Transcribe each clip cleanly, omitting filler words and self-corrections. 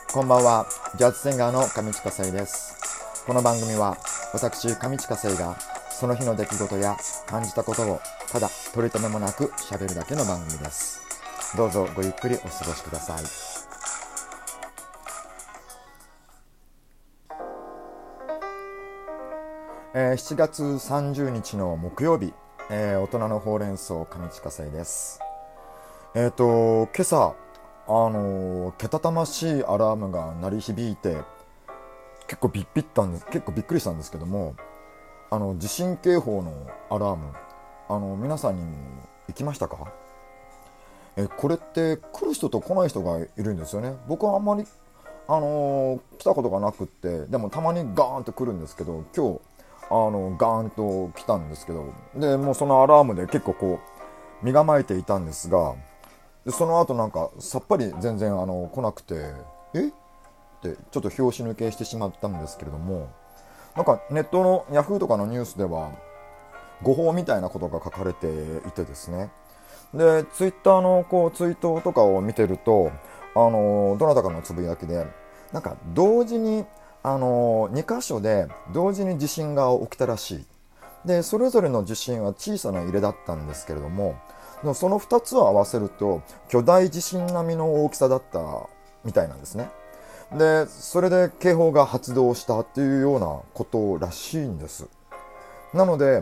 こんばんは、ジャズシンガーの上地下生です。この番組は私上地下生がその日の出来事や感じたことをただ取り留めもなく喋るだけの番組です。どうぞごゆっくりお過ごしください。7月30日の木曜日、大人のほうれん草上地下生です。今朝けたたましいアラームが鳴り響いて結構びっくりしたんですけども、地震警報のアラーム、皆さんにも行きましたか？これって来る人と来ない人がいるんですよね。僕はあんまり来たことがなくって、でもたまにガーンと来るんですけど、今日ガーンと来たんですけど、でもうそのアラームで結構こう身構えていたんですが、でその後なんかさっぱり全然来なくて、ってちょっと拍子抜けしてしまったんですけれども、なんかネットのヤフーとかのニュースでは誤報みたいなことが書かれていてですね、でツイッターのツイートとかを見てると、どなたかのつぶやきでなんか同時に2箇所で同時に地震が起きたらしい。でそれぞれの地震は小さな揺れだったんですけれども、でもその2つを合わせると巨大地震並みの大きさだったみたいなんですね。でそれで警報が発動したっていうようなことらしいんです。なので、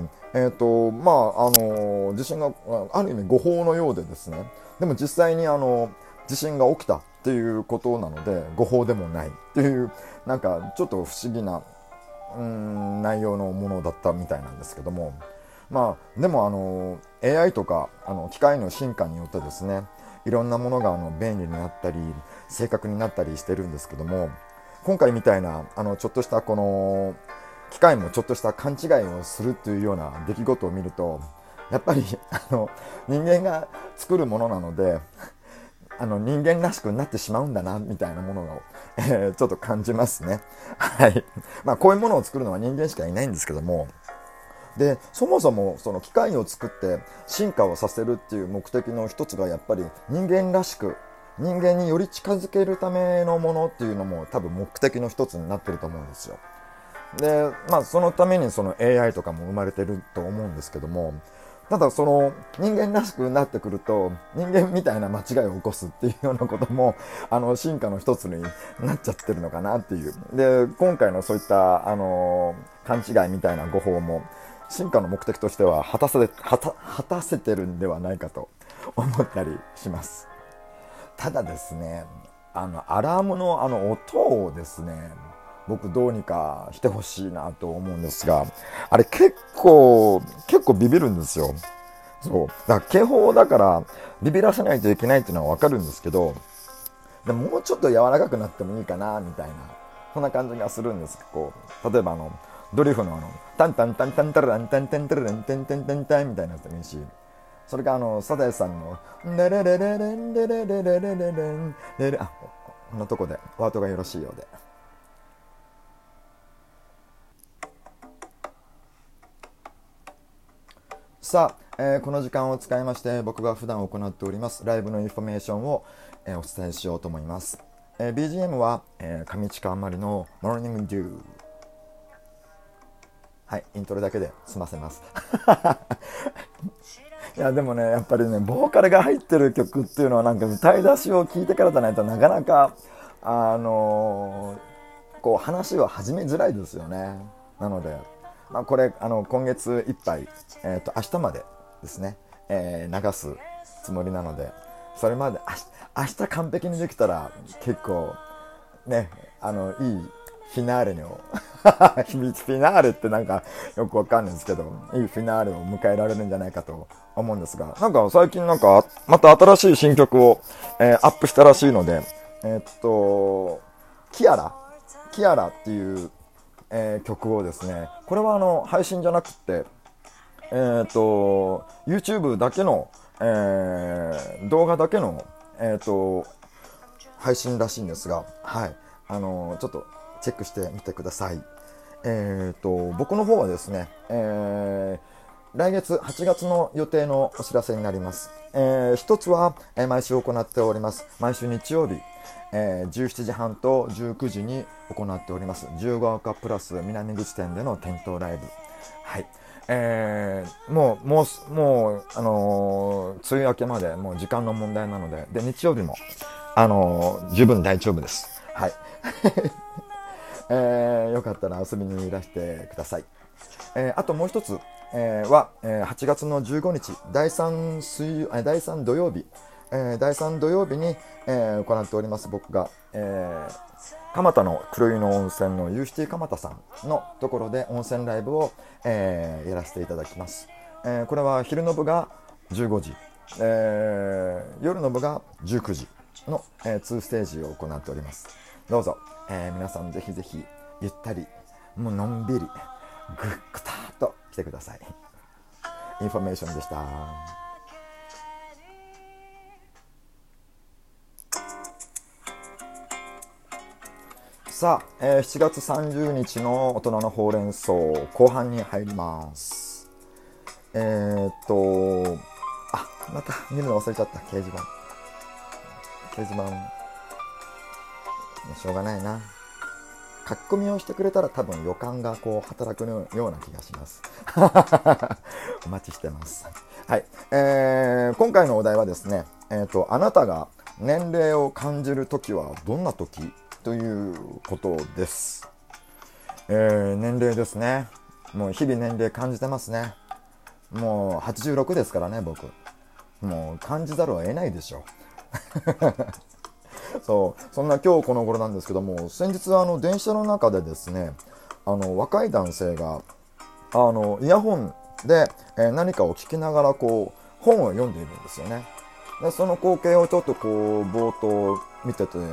地震がある意味誤報のようでですね、でも実際に地震が起きたっていうことなので誤報でもないっていう、なんかちょっと不思議な内容のものだったみたいなんですけども、でもAI とか機械の進化によってですね、いろんなものが便利になったり正確になったりしてるんですけども、今回みたいなちょっとしたこの機械もちょっとした勘違いをするというような出来事を見ると、やっぱり人間が作るものなので人間らしくなってしまうんだなみたいなものを、ちょっと感じますね。はい。こういうものを作るのは人間しかいないんですけども、でそもそもその機械を作って進化をさせるっていう目的の一つがやっぱり人間らしく人間により近づけるためのものっていうのも多分目的の一つになってると思うんですよ。でそのためにその AI とかも生まれてると思うんですけども、ただその人間らしくなってくると人間みたいな間違いを起こすっていうようなことも進化の一つになっちゃってるのかなっていう。で今回のそういった勘違いみたいな誤報も進化の目的としては果たせてるんではないかと思ったりします。ただですね、アラームの音をですね、僕どうにかしてほしいなと思うんですが、あれ結構ビビるんですよ。そうだから警報だからビビらせないといけないっていうのは分かるんですけど、でももうちょっと柔らかくなってもいいかなみたいな、そんな感じがするんです。例えばドリフのタンタンタンタンタラランタンタンタラランタンタンタンタンみたいなやつでもいいし、それがサザエさんのレレレレレンレレレレレレレンレレ、こんなとこでお後がよろしいようで。さあ、この時間を使いまして僕が普段行っておりますライブのインフォメーションを、お伝えしようと思います。BGM は、上近あんまりのモーニングデュー。はい、イントロだけで済ませますいやでもね、やっぱりね、ボーカルが入ってる曲っていうのはなんか歌い出しを聞いてからじゃないとなかなか話を始めづらいですよね。なので、これ今月いっぱい、明日までですね、流すつもりなので、それまで明日完璧にできたら結構ね、いいフィナーレのフィナーレってなんかよくわかんないですけど、いいフィナーレを迎えられるんじゃないかと思うんですが、なんか最近なんかまた新しい新曲を、アップしたらしいので、キアラっていう、曲をですね、これは配信じゃなくて、YouTube だけの、動画だけの、配信らしいんですが、はい、ちょっとチェックしてみてください。僕の方はですね、 来月8月の予定のお知らせになります。一つは、毎週行っております。毎週日曜日、17時半と19時に行っております。15岡プラス南口店での店頭ライブ。はい。もう、梅雨明けまでもう時間の問題なので、日曜日も、十分大丈夫です。はい。よかったら遊びにいらしてください。あともう一つ、は、8月の15日、第3土曜日、第3土曜日に、行っております。僕が、蒲田の黒湯の温泉のユーシティ蒲田さんのところで温泉ライブを、やらせていただきます。これは昼の部が15時、夜の部が19時の、2ステージを行っております。どうぞ、皆さんぜひぜひゆったり、もうのんびりぐっくたーっと来てください。インフォメーションでした。さあ、7月30日の大人のほうれん草後半に入ります。また見るの忘れちゃった。掲示板しょうがないな。書き込みをしてくれたら多分予感がこう働くような気がしますお待ちしてます。はい、今回のお題はですね、あなたが年齢を感じるときはどんなときということです。年齢ですね。もう日々年齢感じてますね。もう86ですからね、僕。もう感じざるを得ないでしょそんな今日この頃なんですけども、先日電車の中でですね、若い男性がイヤホンで、何かを聞きながらこう本を読んでいるんですよね。でその光景をちょっとこうぼーっと見てて、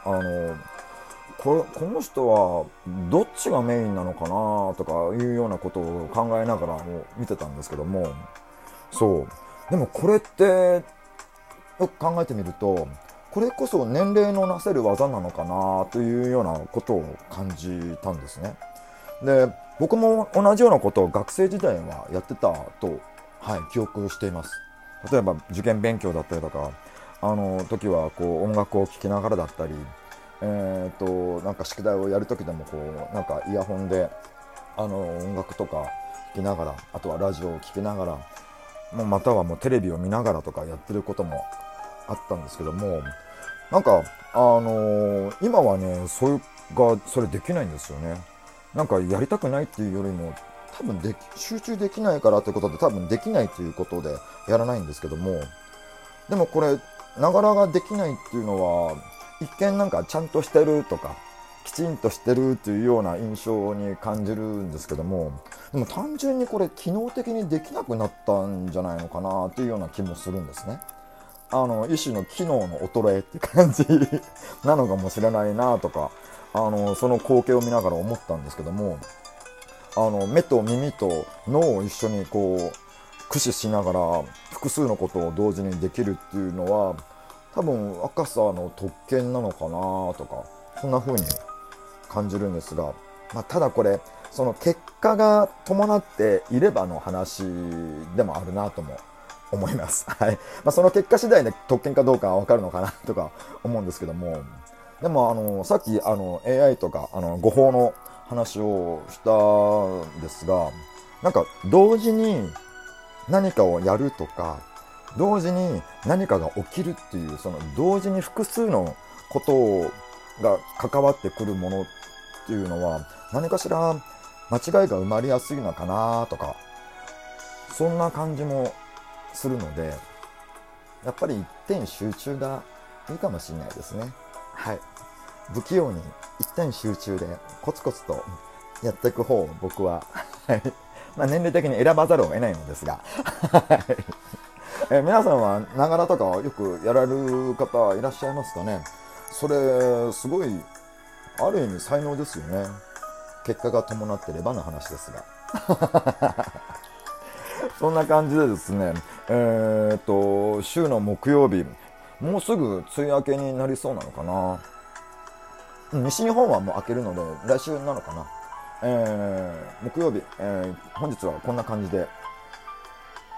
この人はどっちがメインなのかなとかいうようなことを考えながら見てたんですけども、そうでもこれってよく考えてみると、これこそ年齢のなせる技なのかなというようなことを感じたんですね。で、僕も同じようなことを学生時代はやってたと、記憶しています。例えば受験勉強だったりとか、時はこう音楽を聴きながらだったり、なんか宿題をやる時でもこうなんかイヤホンで音楽とか聴きながら、あとはラジオを聴きながら、またはもうテレビを見ながらとかやってることもあったんですけども、なんか今はねそれできないんですよね。なんかやりたくないっていうよりも、多分集中できないからということで、多分できないということでやらないんですけども、でもこれながらができないっていうのは、一見なんかちゃんとしてるとかきちんとしてるというような印象に感じるんですけども、でも単純にこれ機能的にできなくなったんじゃないのかなというような気もするんですね。一種の機能の衰えって感じなのかもしれないなとか、その光景を見ながら思ったんですけども、目と耳と脳を一緒にこう駆使しながら複数のことを同時にできるっていうのは、多分若さの特権なのかなとか、そんな風に感じるんですが、ただこれその結果が伴っていればの話でもあるなとも思います。はい。その結果次第で特権かどうかは分かるのかなとか思うんですけども、でもさっきAI とか誤報の話をしたんですが、なんか同時に何かをやるとか、同時に何かが起きるっていう、その同時に複数のことが関わってくるものっていうのは、何かしら間違いが生まれやすいのかなとか、そんな感じもするので、やっぱり一点集中がいいかもしれないですね。はい。不器用に一点集中でコツコツとやっていく方を僕は年齢的に選ばざるを得ないのですが皆さんはながらとかよくやられる方いらっしゃいますかね。それすごいある意味才能ですよね。結果が伴ってればの話ですがそんな感じでですね、週の木曜日、もうすぐ梅雨明けになりそうなのかな。西日本はもう明けるので来週なのかな。木曜日、本日はこんな感じで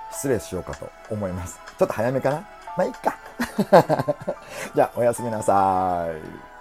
失礼しようかと思います。ちょっと早めかな。まあいいか。じゃあおやすみなさい。